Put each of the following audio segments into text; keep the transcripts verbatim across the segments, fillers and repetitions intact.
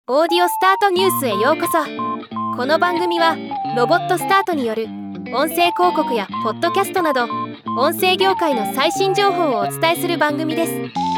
オーディオスタートニュースへようこそ。この番組はロボットスタートによる音声広告やポッドキャストなど音声業界の最新情報をお伝えする番組です。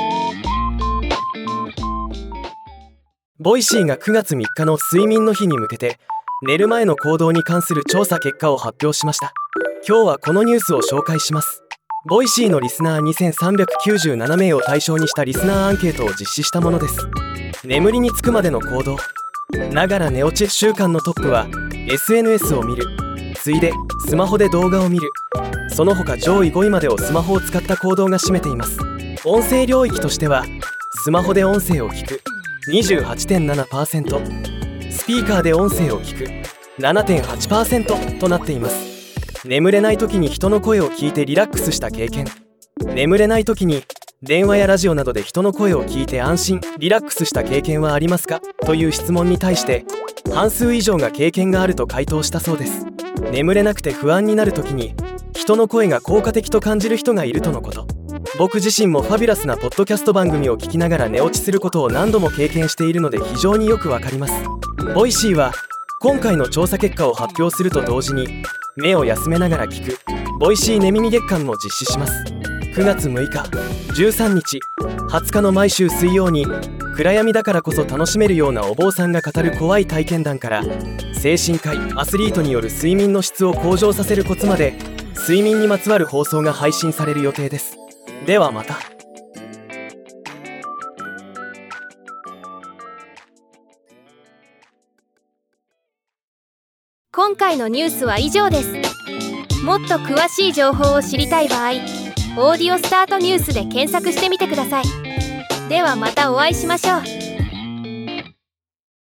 ボイシーがくがつみっかの睡眠の日に向けて寝る前の行動に関する調査結果を発表しました。今日はこのニュースを紹介します。ボイシーのリスナーにせんさんびゃくきゅうじゅうななめいを対象にしたリスナーアンケートを実施したものです。眠りにつくまでの行動。ながら寝落ち習慣のトップは エスエヌエス を見る、次いでスマホで動画を見る、その他上位ごいまでをスマホを使った行動が占めています。音声領域としてはスマホで音声を聞く にじゅうはちてんななパーセント、 スピーカーで音声を聞く ななてんはちパーセント となっています。眠れない時に人の声を聞いてリラックスした経験。眠れない時に電話やラジオなどで人の声を聞いて安心リラックスした経験はありますかという質問に対して半数以上が経験があると回答したそうです。眠れなくて不安になる時に人の声が効果的と感じる人がいるとのこと。僕自身もファビュラスなポッドキャスト番組を聞きながら寝落ちすることを何度も経験しているので非常によくわかります。ボイシーは今回の調査結果を発表すると同時に目を休めながら聞くボイシー寝耳月間も実施します。くがつむいか、じゅうさんにち、はつかの毎週水曜に暗闇だからこそ楽しめるようなお坊さんが語る怖い体験談から精神科医、アスリートによる睡眠の質を向上させるコツまで睡眠にまつわる放送が配信される予定です。ではまた。 今回のニュースは以上です。もっと詳しい情報を知りたい場合、オーディオスタートニュースで検索してみてください。ではまたお会いしましょう。